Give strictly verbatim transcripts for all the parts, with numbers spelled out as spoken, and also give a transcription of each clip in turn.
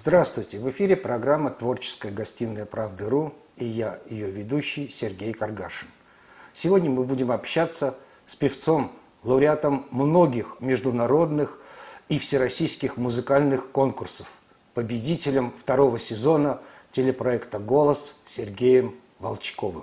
Здравствуйте! В эфире программа «Творческая гостиная Правды.ру» и я, ее ведущий Сергей Каргашин. Сегодня мы будем общаться с певцом, лауреатом многих международных и всероссийских музыкальных конкурсов, победителем второго сезона телепроекта «Голос» Сергеем Волчковым.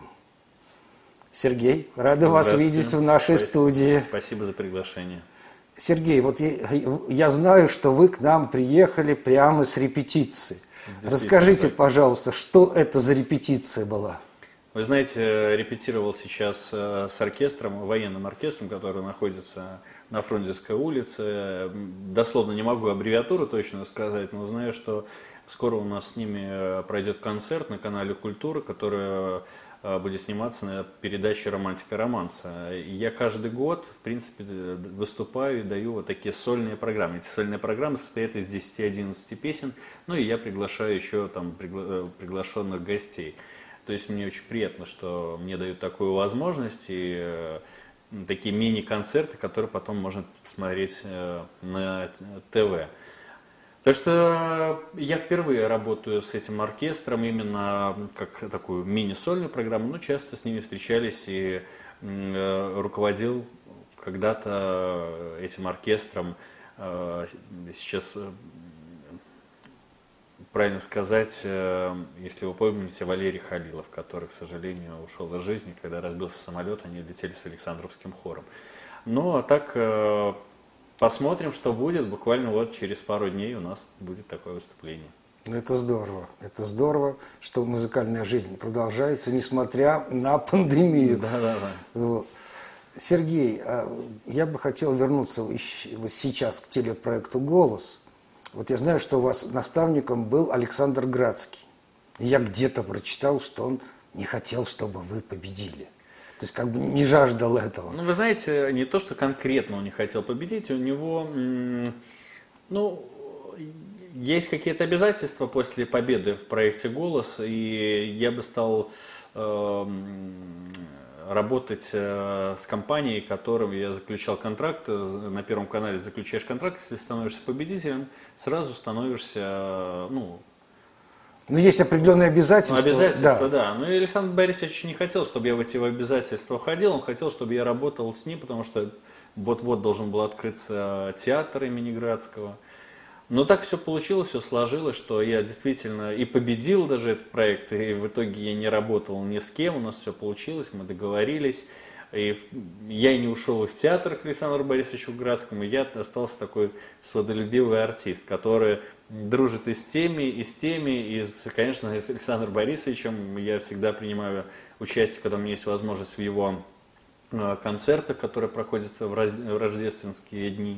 Сергей, рады вас видеть в нашей Спасибо. студии. Спасибо за приглашение. Сергей, вот я, я знаю, что вы к нам приехали прямо с репетиции. Расскажите, так. пожалуйста, что это за репетиция была? Вы знаете, репетировал сейчас с оркестром, военным оркестром, который находится на Фрунзенской улице. Дословно не могу аббревиатуру точно сказать, но знаю, что скоро у нас с ними пройдет концерт на канале «Культура», который будет сниматься на передаче «Романтика романса». Я каждый год, в принципе, выступаю и даю вот такие сольные программы. Эти сольные программы состоят из десяти-одиннадцати песен, ну и я приглашаю еще там пригла- приглашенных гостей. То есть мне очень приятно, что мне дают такую возможность и э, такие мини-концерты, которые потом можно посмотреть э, на ТВ. Так что я впервые работаю с этим оркестром именно как такую мини-сольную программу, но часто с ними встречались и э, руководил когда-то этим оркестром. Э, сейчас, э, правильно сказать, э, если вы помните, Валерий Халилов, который, к сожалению, ушел из жизни, когда разбился самолет, они летели с Александровским хором. Ну, а так... Э, Посмотрим, что будет. Буквально вот через пару дней у нас будет такое выступление. Это здорово. Это здорово, что музыкальная жизнь продолжается, несмотря на пандемию. Да, да, да. Сергей, я бы хотел вернуться сейчас к телепроекту «Голос». Вот я знаю, что у вас наставником был Александр Градский. И я где-то прочитал, что он не хотел, чтобы вы победили. То есть как бы не жаждал этого. Ну, вы знаете, не то, что конкретно он не хотел победить, у него, ну, есть какие-то обязательства после победы в проекте «Голос», и я бы стал э, работать э, с компанией, с которой я заключал контракт. На Первом канале заключаешь контракт, если становишься победителем, сразу становишься, ну, Но есть определенные обязательства. Ну, обязательства, да. да. Ну и Александр Борисович не хотел, чтобы я в эти обязательства входил. Он хотел, чтобы я работал с ним, потому что вот-вот должен был открыться театр имени Градского. Но так все получилось, все сложилось, что я действительно и победил даже этот проект, и в итоге я не работал ни с кем, у нас все получилось, мы договорились. И я и не ушел в театр к Александру Борисовичу Градскому, я остался такой свободолюбивый артист, который дружит и с теми, и с теми, и, с, конечно, с Александром Борисовичем. Я всегда принимаю участие, когда у меня есть возможность, в его концертах, которые проходят в рождественские дни.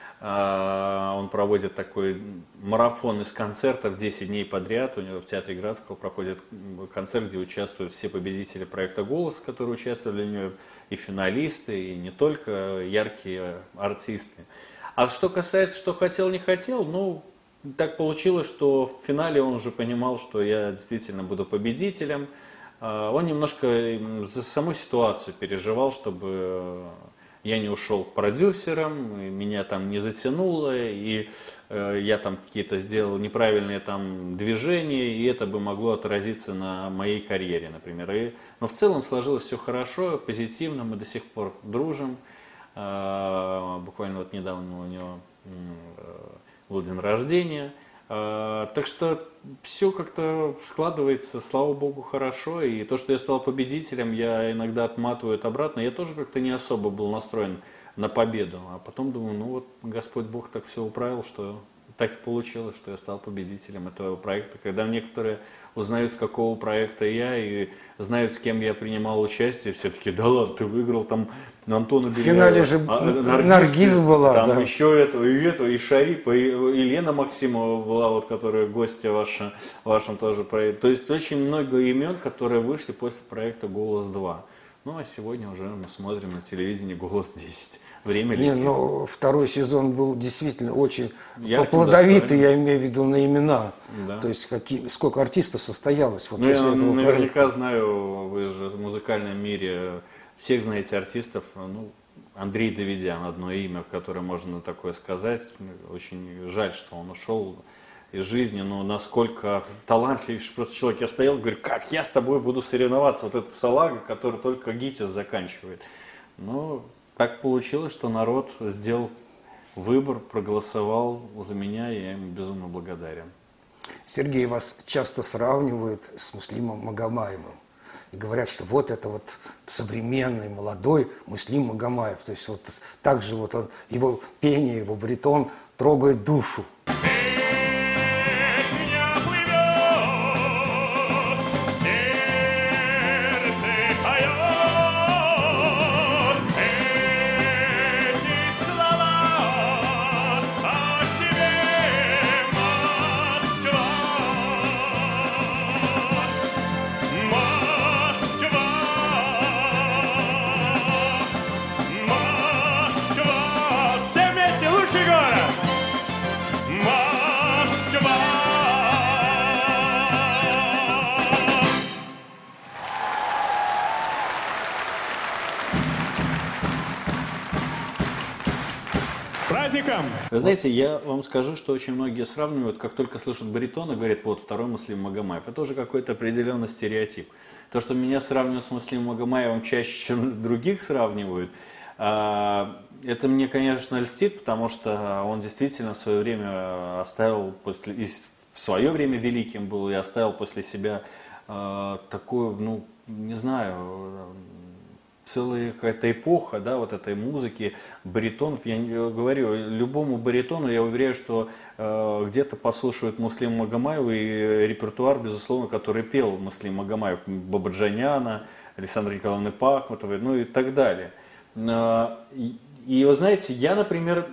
Он проводит такой марафон из концертов десять дней подряд. У него в Театре Градского проходит концерт, где участвуют все победители проекта «Голос», которые участвовали в нем, и финалисты, и не только яркие артисты. А что касается, что хотел, не хотел, ну, так получилось, что в финале он уже понимал, что я действительно буду победителем. Он немножко за саму ситуацию переживал, чтобы я не ушел к продюсерам, меня там не затянуло, и э, я там какие-то сделал неправильные там движения, и это бы могло отразиться на моей карьере, например. И, но в целом сложилось все хорошо, позитивно, мы до сих пор дружим. Э, буквально вот недавно у него э, был день рождения. Э, так что все как-то складывается, слава богу, хорошо. И то, что я стал победителем, я иногда отматываю это обратно. Я тоже как-то не особо был настроен на победу. А потом думаю, ну вот Господь Бог так все управил, что так и получилось, что я стал победителем этого проекта. Когда некоторые узнают, с какого проекта я, и знают, с кем я принимал участие, все таки да ладно, ты выиграл, там Антона Беляева. В финале же а, Наргиз, Наргиз была, там да. еще это, и это, и Шарипа, и Елена Максимова была, вот, которая гостья ваша, в вашем тоже проекте. То есть очень много имен, которые вышли после проекта «Голос-два». Ну, а сегодня уже мы смотрим на телевидении «Голос-десять». Время летит. Не, ну, второй сезон был действительно очень Ярким, плодовитый, я имею в виду на имена. Да. То есть какие, сколько артистов состоялось вот ну, после я этого наверняка проекта. знаю, вы же в музыкальном мире всех знаете артистов. Ну, Андрей Давидян, одно имя, которое можно такое сказать. Очень жаль, что он ушел. из жизни, но насколько талантливейший просто человек. Я стоял, говорю, как я с тобой буду соревноваться, вот этот салага, который только ГИТИС заканчивает. Ну, так получилось, что народ сделал выбор, проголосовал за меня, и я ему безумно благодарен. Сергей, вас часто сравнивают с Муслимом Магомаевым. И говорят, что вот это вот современный, молодой Муслим Магомаев. То есть вот так же вот он, его пение, его баритон трогает душу. Вы знаете, я вам скажу, что очень многие сравнивают, как только слышат баритон, и говорят, вот второй Муслим Магомаев. Это уже какой-то определенный стереотип. То, что меня сравнивают с Муслимом Магомаевым чаще, чем других сравнивают, это мне, конечно, льстит, потому что он действительно в свое время оставил, после, и в свое время великим был, и оставил после себя такую, ну, не знаю, целая какая-то эпоха, да, вот этой музыки, баритонов. Я говорю, любому баритону, я уверяю, что э, где-то послушают Муслима Магомаева и репертуар, безусловно, который пел Муслим Магомаев, Бабаджаняна, Александры Николаевны Пахмутовой, ну и так далее. Э, и, и вы знаете, я, например,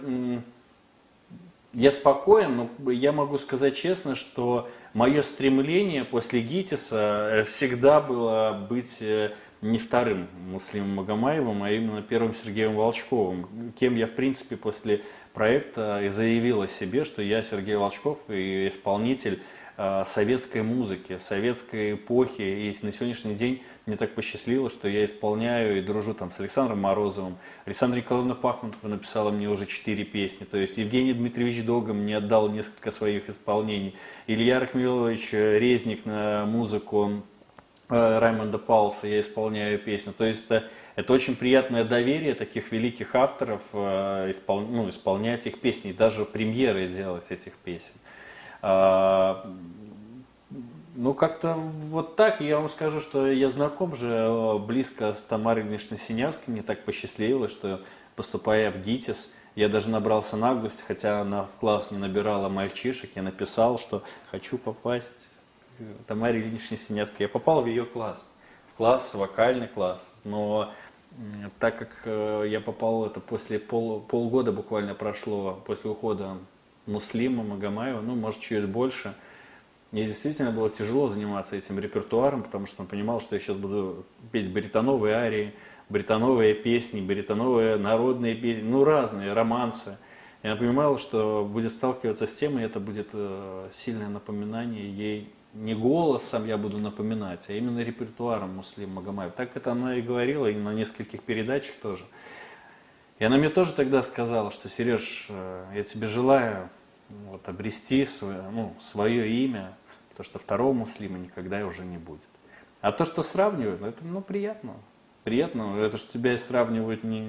я спокоен, но я могу сказать честно, что мое стремление после ГИТИСа всегда было быть не вторым Муслимом Магомаевым, а именно первым Сергеем Волчковым, кем я, в принципе, после проекта и заявил о себе, что я Сергей Волчков и исполнитель э, советской музыки, советской эпохи. И на сегодняшний день мне так посчастливилось, что я исполняю и дружу там с Александром Морозовым. Александра Николаевна Пахмутова написала мне уже четыре песни. То есть Евгений Дмитриевич Доган мне отдал несколько своих исполнений. Илья Рахмилович Резник на музыку Раймонда Паулса я исполняю песню. То есть это, это очень приятное доверие таких великих авторов э, испол, ну, исполнять их песни, и даже премьеры делать этих песен. А, ну, как-то вот так, я вам скажу, что я знаком же близко с Тамарой Ильиничной Синявской, мне так посчастливилось, что, поступая в ГИТИС, я даже набрался наглости, хотя она в класс не набирала мальчишек, я написал, что хочу попасть Тамаре Ильиничне Синявской. Я попал в ее класс, в класс, вокальный класс, но так как я попал, это после пол, полгода буквально прошло, после ухода Муслима Магомаева, ну, может, чуть больше, мне действительно было тяжело заниматься этим репертуаром, потому что он понимал, что я сейчас буду петь баритоновые арии, баритоновые песни, баритоновые народные песни, ну, разные, романсы. Я понимал, что будет сталкиваться с тем, и это будет сильное напоминание ей. Не голосом я буду напоминать, а именно репертуаром Муслима Магомаева. Так это она и говорила, и на нескольких передачах тоже. И она мне тоже тогда сказала, что, Сереж, я тебе желаю вот, обрести свое, ну, свое имя, потому что второго Муслима никогда уже не будет. А то, что сравнивают, это, ну, приятно. Приятно, это же тебя сравнивают не,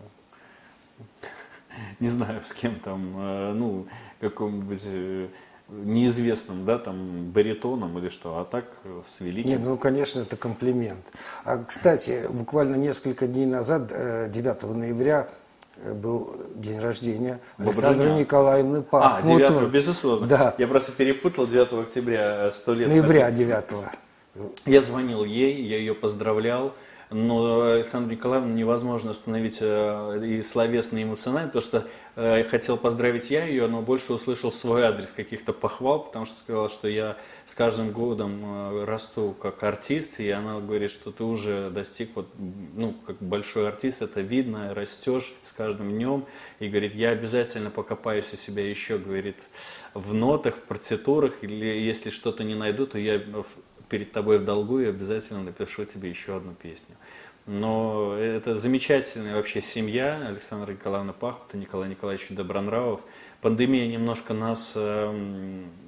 не знаю, с кем там, ну, каком-нибудь неизвестным, да, там, баритоном или что, а так с великим. Нет, ну, конечно, это комплимент. А, кстати, буквально несколько дней назад, девятого ноября, был день рождения Александры Николаевны Пахмутовой. А, девятого, безусловно. Да. Я просто перепутал, девятого октября, сто лет. Ноября девятого. Я звонил ей, я ее поздравлял. Но Александру Николаевну невозможно остановить и словесно, и эмоционально, потому что э, хотел поздравить я ее, но больше услышал свой адрес каких-то похвал, потому что сказал, что я с каждым годом э, расту как артист, и она говорит, что ты уже достиг, вот, ну, как большой артист, это видно, растешь с каждым днем, и говорит, я обязательно покопаюсь у себя еще, говорит, в нотах, в партитурах, или если что-то не найду, то я перед тобой в долгу и обязательно напишу тебе еще одну песню. Но это замечательная вообще семья, Александра Николаевна Пахмутова, Николай Николаевич Добронравов. Пандемия немножко нас э,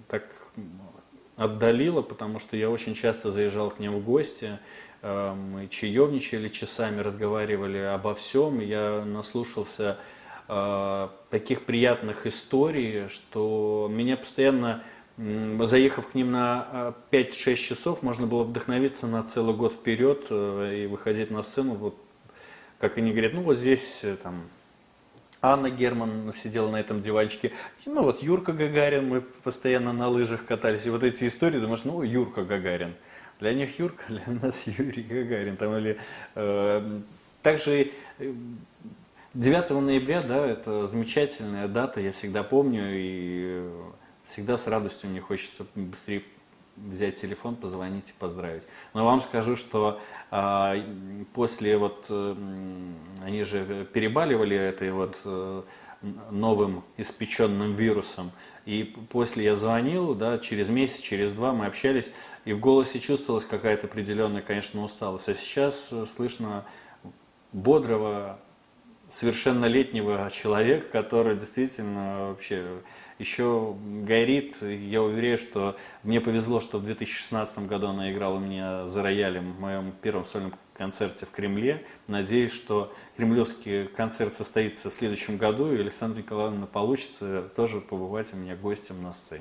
так отдалило, потому что я очень часто заезжал к ним в гости, мы чаевничали часами, разговаривали обо всем, я наслушался таких приятных историй, что меня постоянно, заехав к ним на пять-шесть часов, можно было вдохновиться на целый год вперед и выходить на сцену, вот как они говорят, ну вот здесь там Анна Герман сидела на этом диванчике, ну вот Юрка Гагарин, мы постоянно на лыжах катались, и вот эти истории, думаешь, ну Юрка Гагарин, для них Юрка, для нас Юрий Гагарин, там или э, также девятого ноября, да, это замечательная дата, я всегда помню, и всегда с радостью мне хочется быстрее взять телефон, позвонить и поздравить. Но вам скажу, что а, после вот, э, они же перебаливали этой вот э, новым испеченным вирусом, и после я звонил, да, через месяц, через два мы общались, и в голосе чувствовалась какая-то определенная, конечно, усталость. А сейчас слышно бодрого, совершеннолетнего человека, который действительно вообще еще горит. Я уверяю, что мне повезло, что в две тысячи шестнадцатом году она играла у меня за роялем в моем первом сольном концерте в Кремле. Надеюсь, что кремлевский концерт состоится в следующем году, и Александра Николаевна получится тоже побывать у меня гостем на сцене.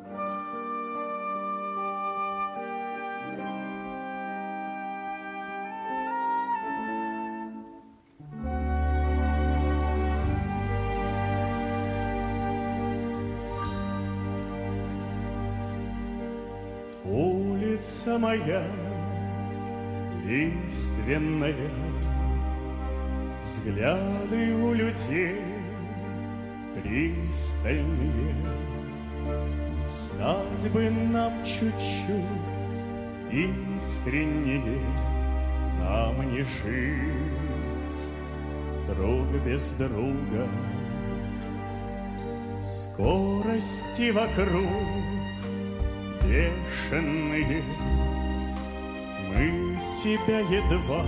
Улица моя лиственная, взгляды у людей пристальные. Стать бы нам чуть-чуть искреннее, нам не жить друг без друга. Скорости вокруг бешеные, мы себя едва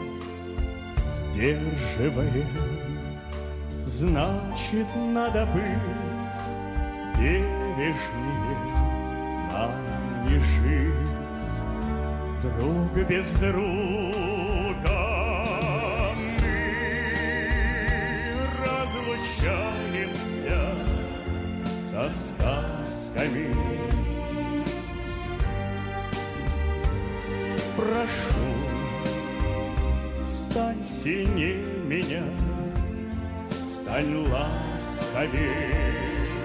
сдерживаем. Значит, надо быть бережнее, нам не жить друг без друга. Мы разлучаемся со сказками. Прошу, стань сильнее меня, стань ласковее.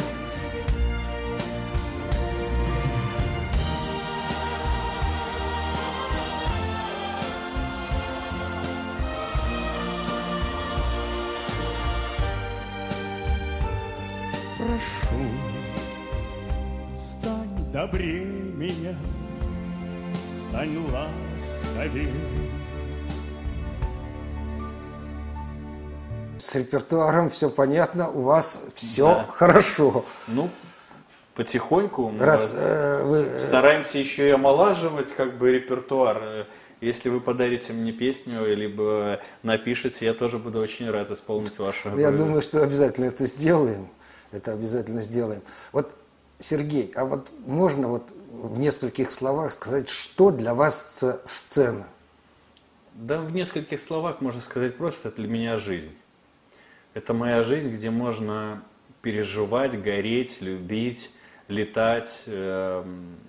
Прошу, стань добрее меня, стань ласковее. С репертуаром все понятно, у вас все Да. хорошо. Ну, потихоньку мы Раз э, вы... стараемся еще и омолаживать как бы репертуар. Если вы подарите мне песню, либо напишите, я тоже буду очень рад исполнить вашу. Я думаю, что обязательно это сделаем. Это обязательно сделаем. Вот, Сергей, а вот можно вот в нескольких словах сказать, что для вас сцена? Да, в нескольких словах можно сказать просто, это для меня жизнь. Это моя жизнь, где можно переживать, гореть, любить, летать, э,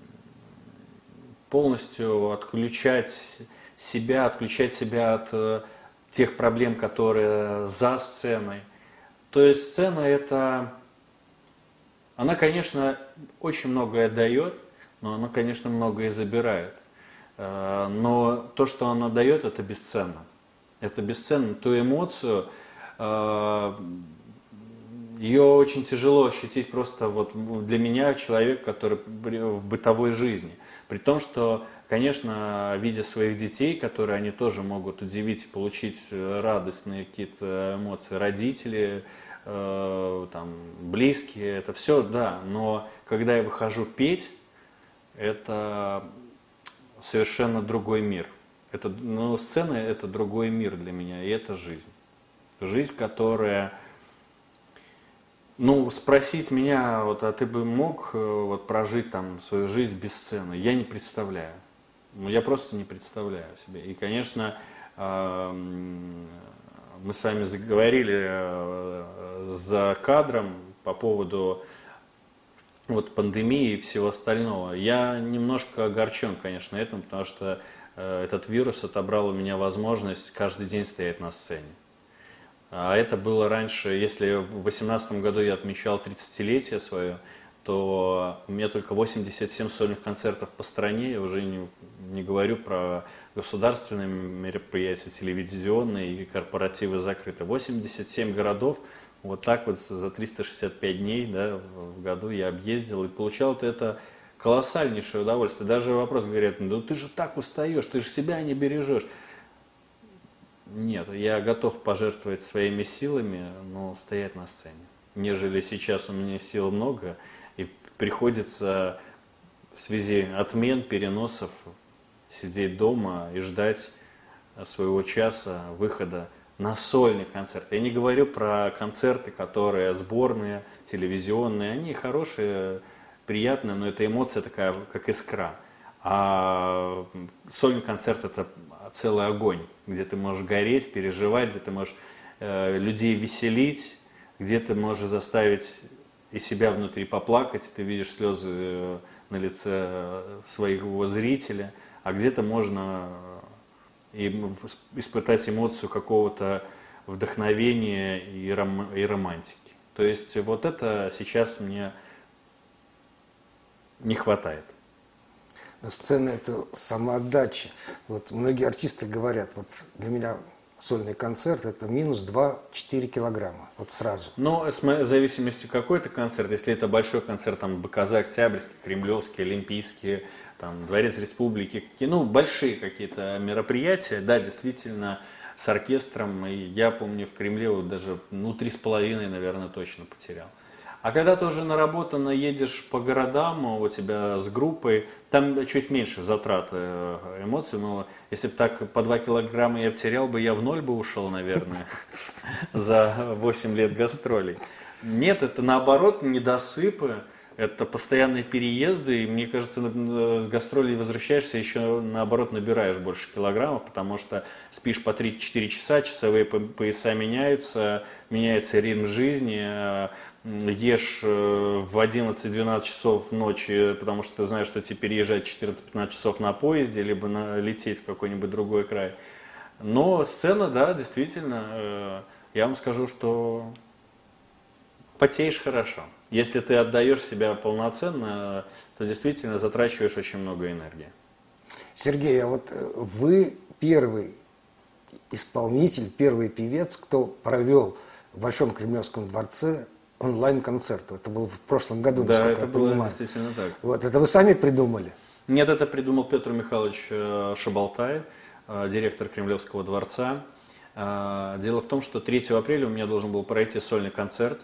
полностью отключать себя, отключать себя от э, тех проблем, которые за сценой. То есть сцена это, она, конечно, очень многое дает, но она, конечно, многое забирает. Э, но то, что она дает, это бесценно. Это бесценно. Ту эмоцию, ее очень тяжело ощутить просто вот для меня, человек, который в бытовой жизни. При том, что, конечно, видя своих детей, которые они тоже могут удивить и получить радостные какие-то эмоции, родители, э, там, близкие, это все, да. Но когда я выхожу петь, это совершенно другой мир. Это, ну, сцена – это другой мир для меня, и это жизнь. Жизнь, которая Ну, спросить меня, вот, а ты бы мог вот, прожить там свою жизнь без сцены? Я не представляю. Ну, я просто не представляю себе. И, конечно, мы с вами заговорили за кадром по поводу вот, пандемии и всего остального. Я немножко огорчен, конечно, этим, потому что этот вирус отобрал у меня возможность каждый день стоять на сцене. А это было раньше, если в две тысячи восемнадцатом году я отмечал тридцатилетие свое, то у меня только восемьдесят семь сольных концертов по стране, я уже не, не говорю про государственные мероприятия, телевизионные и корпоративы закрыты. восемьдесят семь городов, вот так вот за триста шестьдесят пять дней, да, в году я объездил и получал это колоссальнейшее удовольствие. Даже вопрос говорят, ну ты же так устаешь, ты же себя не бережешь. Нет, я готов пожертвовать своими силами, но стоять на сцене. Нежели сейчас у меня сил много, и приходится в связи отмен, переносов сидеть дома и ждать своего часа выхода на сольный концерт. Я не говорю про концерты, которые сборные, телевизионные, они хорошие, приятные, но это эмоция такая, как искра. А сольный концерт – это целый огонь, где ты можешь гореть, переживать, где ты можешь э, людей веселить, где ты можешь заставить и себя внутри поплакать, ты видишь слезы э, на лице своего зрителя, а где-то можно и испытать эмоцию какого-то вдохновения и, ром, и романтики. То есть вот это сейчас мне не хватает. Но сцена – это самоотдача. Вот многие артисты говорят, вот для меня сольный концерт – это минус два-четыре килограмма, вот сразу. Но в зависимости какой это концерт, если это большой концерт, там БКЗ, Октябрьский, Кремлевский, Олимпийский, там, Дворец Республики, какие, ну, большие какие-то мероприятия, да, действительно, с оркестром, и я помню в Кремле вот даже, ну, три с половиной, наверное, точно потерял. А когда ты уже наработанно едешь по городам, у тебя с группой, там чуть меньше затрат эмоций, но если бы так по два килограмма я потерял бы, я в ноль бы ушел, наверное, за восемь лет гастролей. Нет, это наоборот недосыпы, это постоянные переезды, и мне кажется, с гастролей возвращаешься, еще наоборот набираешь больше килограммов, потому что спишь по три-четыре часа, часовые пояса меняются, меняется ритм жизни, ешь в одиннадцать-двенадцать часов ночи, потому что ты знаешь, что тебе переезжать четырнадцать-пятнадцать часов на поезде, либо на, лететь в какой-нибудь другой край. Но сцена, да, действительно, я вам скажу, что потеешь хорошо. Если ты отдаешь себя полноценно, то действительно затрачиваешь очень много энергии. Сергей, а вот вы первый исполнитель, первый певец, кто провел в Большом Кремлевском дворце онлайн-концерт. Это было в прошлом году, да, насколько это я было понимаю. Действительно так. Вот, это вы сами придумали? Нет, это придумал Петр Михайлович Шабалтай, директор Кремлевского дворца. Дело в том, что третьего апреля у меня должен был пройти сольный концерт,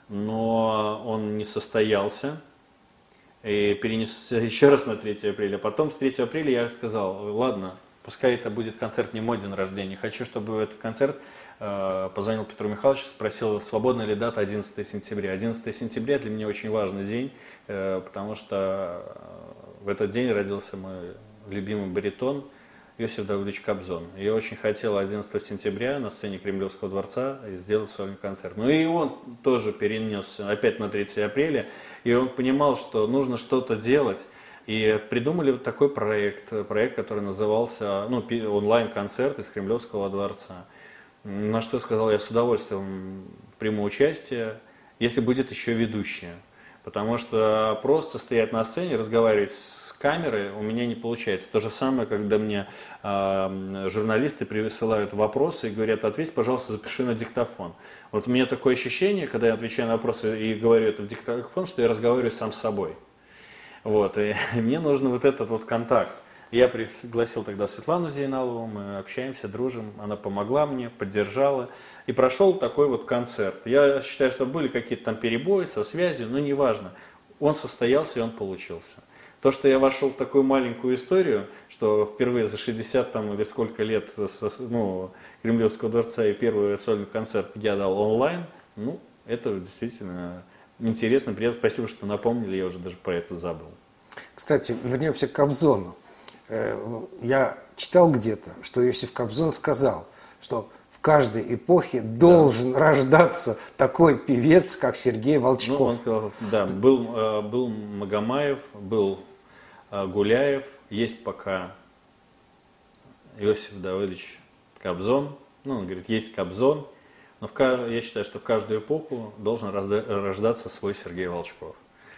но он не состоялся и перенесся еще раз на третьего апреля. Потом с третьего апреля я сказал, ладно, пускай это будет концерт не мой день рождения. Хочу, чтобы этот концерт э, позвонил Петру Михайловичу, спросил, свободна ли дата одиннадцатого сентября. одиннадцатого сентября для меня очень важный день, э, потому что в этот день родился мой любимый баритон Иосиф Давыдович Кобзон. Я очень хотел одиннадцатого сентября на сцене Кремлевского дворца сделать сольный концерт. Ну и он тоже перенесся опять на третьего апреля, и он понимал, что нужно что-то делать. И придумали вот такой проект, проект, который назывался, ну, онлайн-концерт из Кремлевского дворца. На что сказал, я с удовольствием приму участие, если будет еще ведущая. Потому что просто стоять на сцене, разговаривать с камерой у меня не получается. То же самое, когда мне э, журналисты присылают вопросы и говорят, ответь, пожалуйста, запиши на диктофон. Вот у меня такое ощущение, когда я отвечаю на вопросы и говорю это в диктофон, что я разговариваю сам с собой. Вот, и мне нужен вот этот вот контакт. Я пригласил тогда Светлану Зейналову, мы общаемся, дружим, она помогла мне, поддержала. И прошел такой вот концерт. Я считаю, что были какие-то там перебои со связью, но неважно. Он состоялся и он получился. То, что я вошел в такую маленькую историю, что впервые за шестьдесят там, или сколько лет со, ну, Кремлевского дворца и первый сольный концерт я дал онлайн, ну, Это действительно интересно, приятно. Спасибо, что напомнили, я уже даже про это забыл. Кстати, вернемся к Кобзону. Я читал где-то, что Иосиф Кобзон сказал, что в каждой эпохе должен да. рождаться такой певец, как Сергей Волчков. Ну, он сказал, да, был, был Магомаев, был Гуляев, есть пока Иосиф Давыдович Кобзон. Ну, он говорит, есть Кобзон, но в, я считаю, что в каждую эпоху должен рождаться свой Сергей Волчков.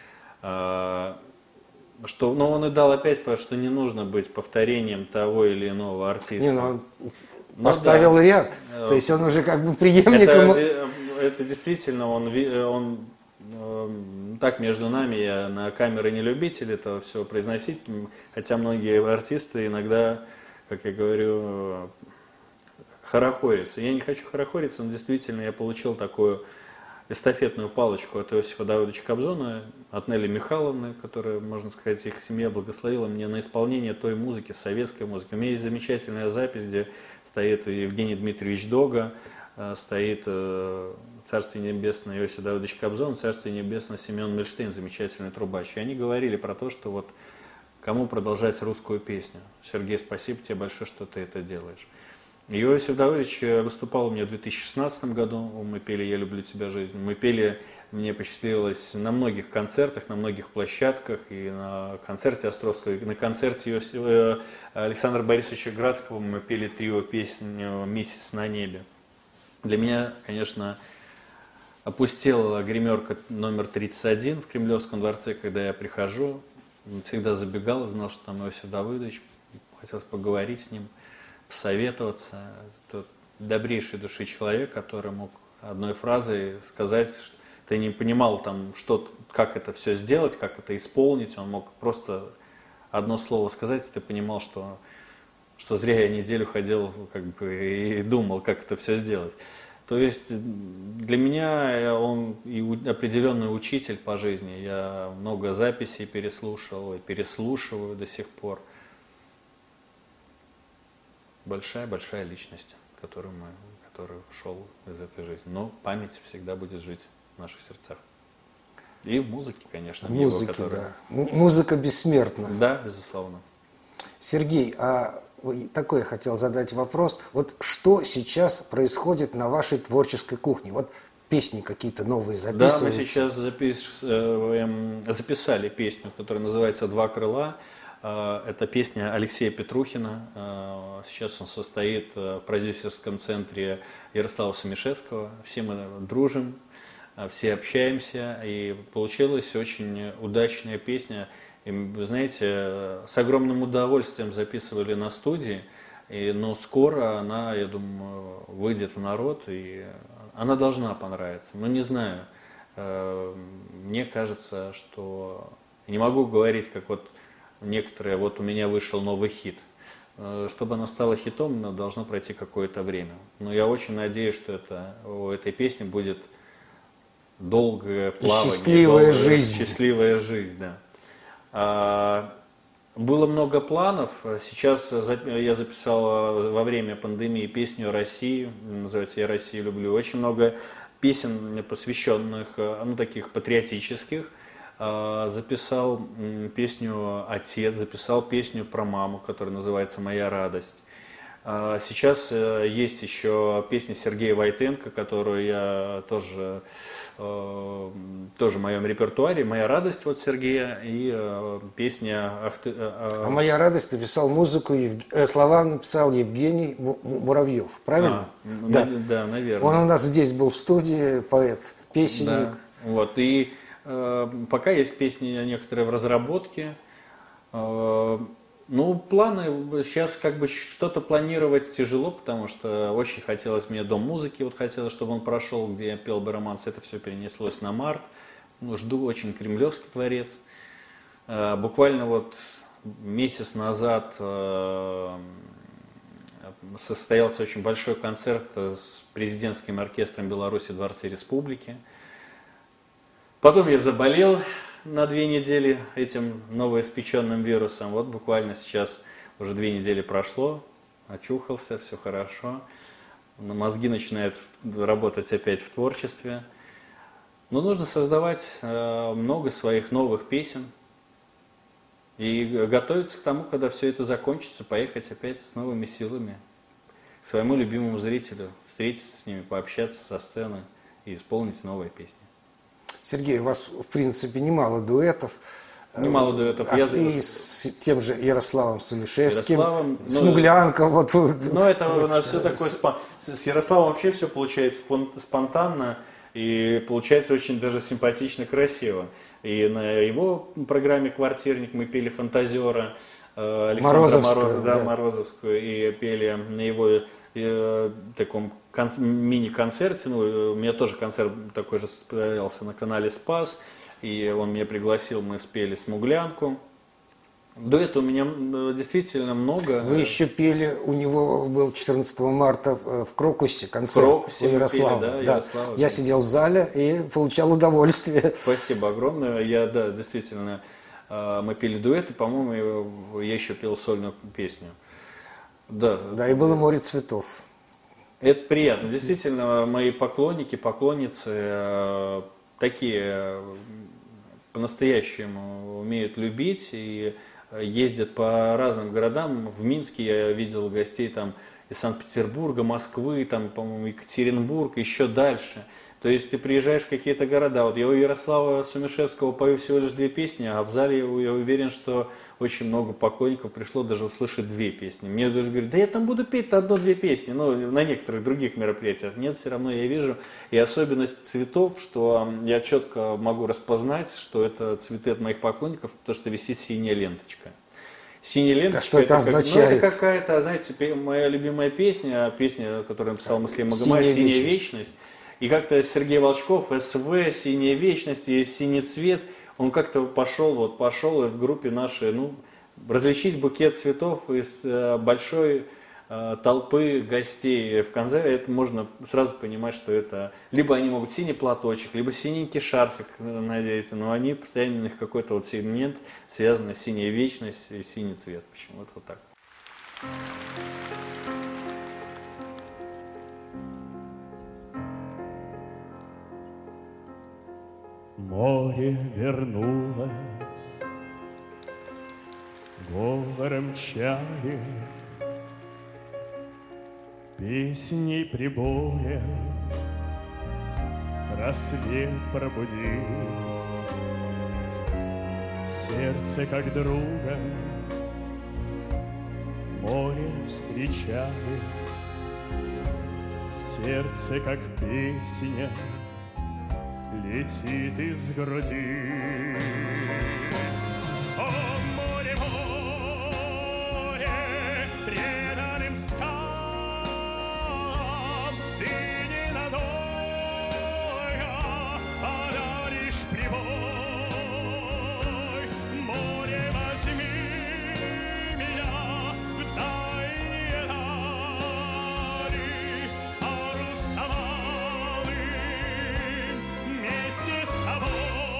Что, ну, он и дал опять, что не нужно быть повторением того или иного артиста. Не, ну, он ну, поставил да. ряд, то есть он уже как бы преемником. Это, это действительно, он, он так между нами, я на камеры не любитель этого все произносить, хотя многие артисты иногда, как я говорю, хорохорятся. Я не хочу хорохориться, но действительно я получил такую эстафетную палочку от Иосифа Давыдовича Кобзона, от Нелли Михайловны, которая, можно сказать, их семья благословила мне на исполнение той музыки, советской музыки. У меня есть замечательная запись, где стоит Евгений Дмитриевич Дога, стоит Царствие Небесное Иосиф Давыдович Кобзон, Царствие Небесное Семен Мильштейн, замечательный трубач. И они говорили про то, что вот кому продолжать русскую песню. Сергей, спасибо тебе большое, что ты это делаешь. Иосиф Давыдович выступал у меня в две тысячи шестнадцатом году, мы пели «Я люблю тебя, жизнь». Мы пели, мне посчастливилось на многих концертах, на многих площадках, и на концерте Островского, и на концерте Иосифа, Александра Борисовича Градского мы пели трио песню «Месяц на небе». Для меня, конечно, опустела гримерка номер тридцать один в Кремлевском дворце, когда я прихожу, всегда забегал, знал, что там Иосиф Давыдович, хотелось поговорить с ним, советоваться. Это добрейшей души человек, который мог одной фразой сказать, что ты не понимал, там, что, как это все сделать, как это исполнить. Он мог просто одно слово сказать, и ты понимал, что, что зря я неделю ходил как бы, и думал, как это все сделать. То есть для меня он и определенный учитель по жизни. Я много записей переслушал и переслушиваю до сих пор. Большая-большая личность, которую мы, который ушел из этой жизни. Но память всегда будет жить в наших сердцах. И в музыке, конечно. В музыке, его, которая... да. Музыка бессмертна. Да, безусловно. Сергей, а такой я хотел задать вопрос. Вот что сейчас происходит на вашей творческой кухне? Вот песни какие-то новые записываются? Да, мы сейчас запис... записали песню, которая называется «Два крыла». Это песня Алексея Петрухина. Сейчас он состоит в продюсерском центре Ярослава Сумишевского. Все мы дружим, все общаемся. И получилась очень удачная песня. И, вы знаете, с огромным удовольствием записывали на студии. И, но скоро она, я думаю, выйдет в народ. И она должна понравиться. Но не знаю. Мне кажется, что... Не могу говорить, как вот... Некоторые, вот у меня вышел новый хит. Чтобы она стала хитом, должно пройти какое-то время. Но я очень надеюсь, что это, у этой песни будет долгое плавание. Счастливая долгая, жизнь. Счастливая жизнь, да. А, было много планов. Сейчас я записал во время пандемии песню о России. Называется «Я Россию люблю». Очень много песен, посвященных, ну, таких патриотических. Записал песню «Отец», записал песню про маму, которая называется «Моя радость». Сейчас есть еще песня Сергея Войтенко, которую я тоже, тоже в моем репертуаре. «Моя радость» вот Сергея и песня «Ах ты...» А «Моя радость» написал музыку, слова написал Евгений Муравьев, правильно? А, да. да, наверное. Он у нас здесь был в студии, поэт, песенник. Да. Вот, и пока есть песни некоторые в разработке. Ну, планы, сейчас как бы что-то планировать тяжело, потому что очень хотелось мне Дом музыки, вот хотелось, чтобы он прошел, где я пел бы романс, это все перенеслось на март. Ну, жду очень Кремлевский дворец. Буквально вот месяц назад состоялся очень большой концерт с президентским оркестром Беларуси в Дворце Республики. Потом я заболел на две недели этим новоиспеченным вирусом. Вот буквально сейчас уже две недели прошло, очухался, все хорошо. Мозги начинают работать опять в творчестве. Но нужно создавать э, много своих новых песен и готовиться к тому, когда все это закончится, поехать опять с новыми силами к своему любимому зрителю, встретиться с ними, пообщаться со сцены и исполнить новые песни. Сергей, у вас, в принципе, немало дуэтов. Немало дуэтов. А Я... И с тем же Ярославом Сумишевским, Ярославом, ну, Смуглянка. Вот. Ну, это у нас все такое... Спон... С Ярославом вообще все получается спонтанно и получается очень даже симпатично, красиво. И на его программе «Квартирник» мы пели «Фантазера» Александра Морозовскую, Морозова, да, да. Морозовскую, и пели на его э, таком кон... мини-концерте. Ну, у меня тоже концерт такой же состоялся на канале «Спас». И он меня пригласил, мы спели «Смуглянку». Дуэта у меня действительно много. Вы еще пели, у него был четырнадцатого марта в Крокусе концерт в Крокусе у Ярослава. Пели, да, да. Ярослава. Я сидел в зале и получал удовольствие. Спасибо огромное. Я, да, действительно, мы пели дуэты, по-моему, я еще пел сольную песню. Да, Да, и было «Море цветов». Это приятно. Действительно, мои поклонники, поклонницы такие по-настоящему умеют любить и ездят по разным городам. В Минске я видел гостей там из Санкт-Петербурга, Москвы, там, по-моему, Екатеринбург, еще дальше. То есть ты приезжаешь в какие-то города. Вот я у Ярослава Сумишевского пою всего лишь две песни, а в зале я уверен, что очень много поклонников пришло даже услышать две песни. Мне даже говорят, да я там буду петь одну-две песни, ну, на некоторых других мероприятиях. Нет, все равно я вижу. И особенность цветов, что я четко могу распознать, что это цветы от моих поклонников, потому что висит синяя ленточка. Синяя ленточка, да что это, это означает? Как, ну, это какая-то, знаете, моя любимая песня, песня, которую написал Муслим Магомаев, «Синяя, «Синяя вечность». И как-то Сергей Волчков, СВ, «Синяя вечность» и «Синий цвет», он как-то пошел, вот пошел и в группе нашей, ну, различить букет цветов из э, большой э, толпы гостей в концерте, это можно сразу понимать, что это, либо они могут синий платочек, либо синенький шарфик надеяться, но они постоянно, у них какой-то вот сегмент, связанный с «Синяя вечность» и «Синий цвет». В общем, вот, вот так. Море вернулось говором чаек, песней прибоя, рассвет пробудил сердце как друга, море встречает, сердце как песня летит из груди. О, море, море, преданным скалам, ты ненадолго подаришь прибой. Море, возьми меня в дальние дали, парус овалым вместе с тобой.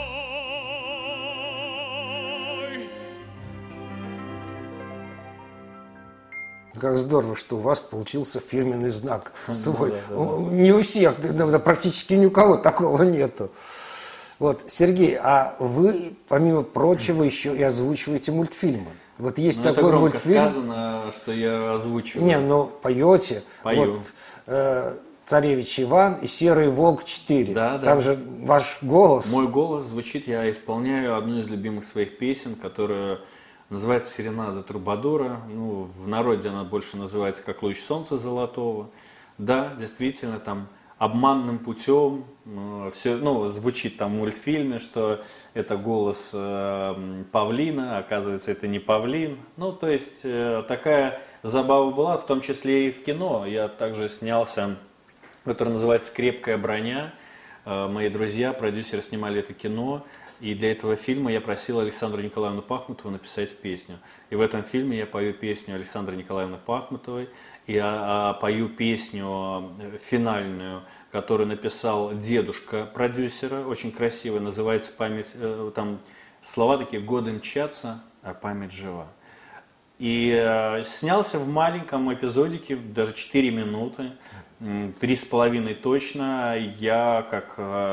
Как здорово, что у вас получился фирменный знак свой. Да, да, да. Не у всех, да, практически ни у кого такого нету. Вот, Сергей, а вы, помимо прочего, еще и озвучиваете мультфильмы. Вот есть Ну, это такой громко мультфильм. сказано, что я озвучиваю. Не, ну поете. Пою. Вот, э, «Царевич Иван» и «Серый волк четыре». Да, да. Там же ваш голос. Мой голос звучит, я исполняю одну из любимых своих песен, которая называется «Серенада Трубадура». Ну, в народе она больше называется как «Луч солнца золотого». Да, действительно, там обманным путем э, все, ну, звучит там в мультфильме, что это голос э, павлина, оказывается, это не павлин. Ну, то есть э, такая забава была, в том числе и в кино. Я также снялся, который называется «Крепкая броня». Мои друзья, продюсеры снимали это кино, и для этого фильма я просил Александру Николаевну Пахмутову написать песню. И в этом фильме я пою песню Александры Николаевны Пахмутовой, и а, а, пою песню финальную, которую написал дедушка продюсера, очень красивая, называется «Память», там слова такие: «Годы мчатся, а память жива». И э, снялся в маленьком эпизодике, даже четыре минуты, три с половиной точно. Я как э,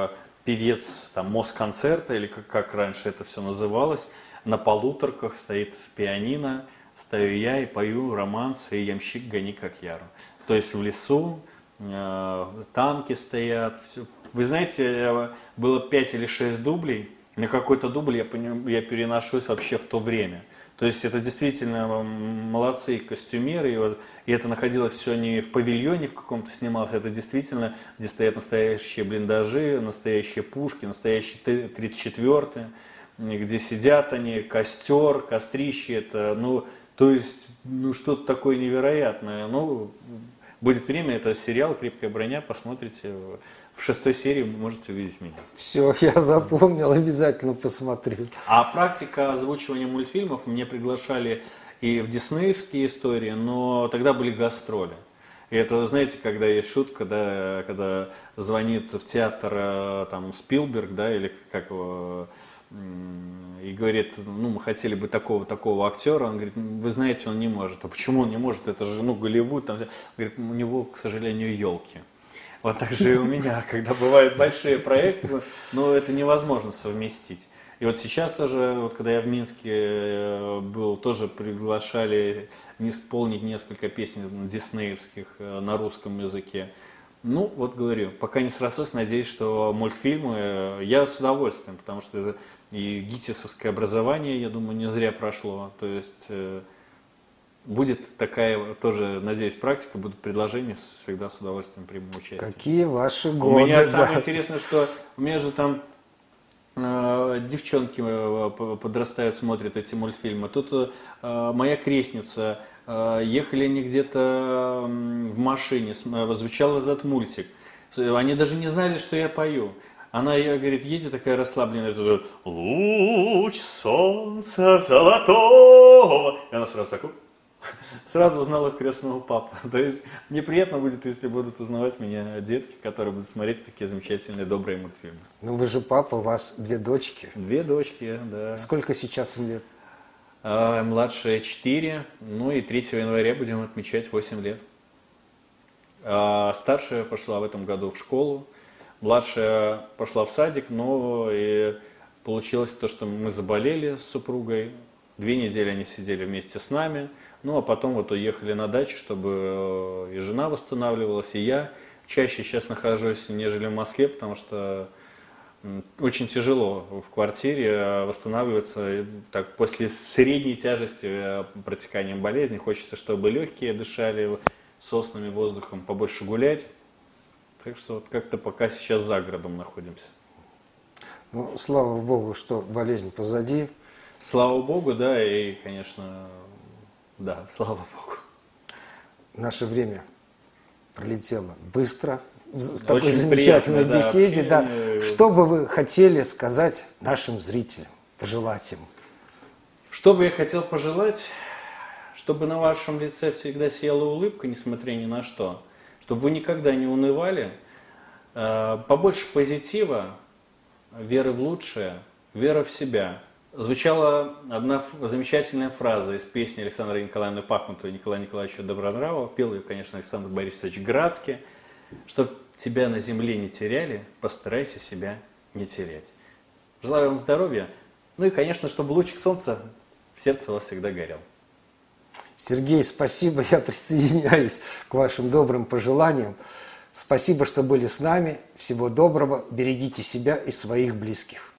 певец там Москонцерта, или как, как раньше это все называлось, на полуторках стоит пианино, стою я и пою романс «И ямщик гони как яру». То есть в лесу, э, танки стоят. Все. Вы знаете, было пять или шесть дублей, на какой-то дубль я, поним, я переношусь вообще в то время. То есть это действительно молодцы костюмеры, и, вот, и это находилось все не в павильоне в каком-то снималось, это действительно, где стоят настоящие блиндажи, настоящие пушки, настоящие тридцать четвёртые, где сидят они, костер, кострище, это, ну, то есть, ну, что-то такое невероятное. Ну, будет время, это сериал «Крепкая броня», посмотрите, в шестой серии можете увидеть меня. Все, я запомнил, обязательно посмотрю. А практика озвучивания мультфильмов, мне приглашали и в диснеевские истории, но тогда были гастроли. И это, знаете, когда есть шутка, да, когда звонит в театр там Спилберг, да, или как его, и говорит, ну, мы хотели бы такого, такого актера, он говорит, вы знаете, он не может. А почему он не может? Это же, ну, Голливуд, там, говорит, у него, к сожалению, елки. Вот так же и у меня, когда бывают большие проекты, но это невозможно совместить. И вот сейчас тоже, вот когда я в Минске был, тоже приглашали исполнить несколько песен диснеевских на русском языке. Ну, вот говорю, пока не срослось, надеюсь, что мультфильмы я с удовольствием, потому что это и гитисовское образование, я думаю, не зря прошло. То есть будет такая тоже, надеюсь, практика, будут предложения, всегда с удовольствием приму участие. Какие ваши годы. У меня да. самое интересное, что у меня же там э, девчонки э, подрастают, смотрят эти мультфильмы. Тут э, моя крестница, э, ехали они где-то в машине, звучал этот мультик. Они даже не знали, что я пою. Она, говорит, едет такая расслабленная, туда, луч солнца золотого. И она сразу такой... Сразу узнал их крестного папу. То есть неприятно будет, если будут узнавать меня детки, которые будут смотреть такие замечательные, добрые мультфильмы. Ну вы же папа, у вас две дочки. Две дочки, да. Сколько сейчас им лет? А, младшая четыре, ну и третьего января будем отмечать восемь лет. А старшая пошла в этом году в школу, младшая пошла в садик, но и получилось то, что мы заболели с супругой. Две недели они сидели вместе с нами. Ну, а потом вот уехали на дачу, чтобы и жена восстанавливалась, и я чаще сейчас нахожусь, нежели в Москве, потому что очень тяжело в квартире восстанавливаться так, после средней тяжести протеканием болезни. Хочется, чтобы легкие дышали сосными воздухом, побольше гулять. Так что вот как-то пока сейчас за городом находимся. Ну, слава богу, что болезнь позади. Слава богу, да, и, конечно... Да, слава богу. Наше время пролетело быстро, в Очень такой замечательной приятно, беседе. да, Да. общение. Что бы вы хотели сказать нашим зрителям, пожелать им? Что бы я хотел пожелать? Чтобы на вашем лице всегда сияла улыбка, несмотря ни на что. Чтобы вы никогда не унывали. Побольше позитива, веры в лучшее, вера в себя. Звучала одна замечательная фраза из песни Александры Николаевны Пахмутовой и Николая Николаевича Добронравова. Пел ее, конечно, Александр Борисович Градский. Чтоб тебя на земле не теряли, постарайся себя не терять. Желаю вам здоровья. Ну и, конечно, чтобы лучик солнца в сердце у вас всегда горел. Сергей, спасибо. Я присоединяюсь к вашим добрым пожеланиям. Спасибо, что были с нами. Всего доброго. Берегите себя и своих близких.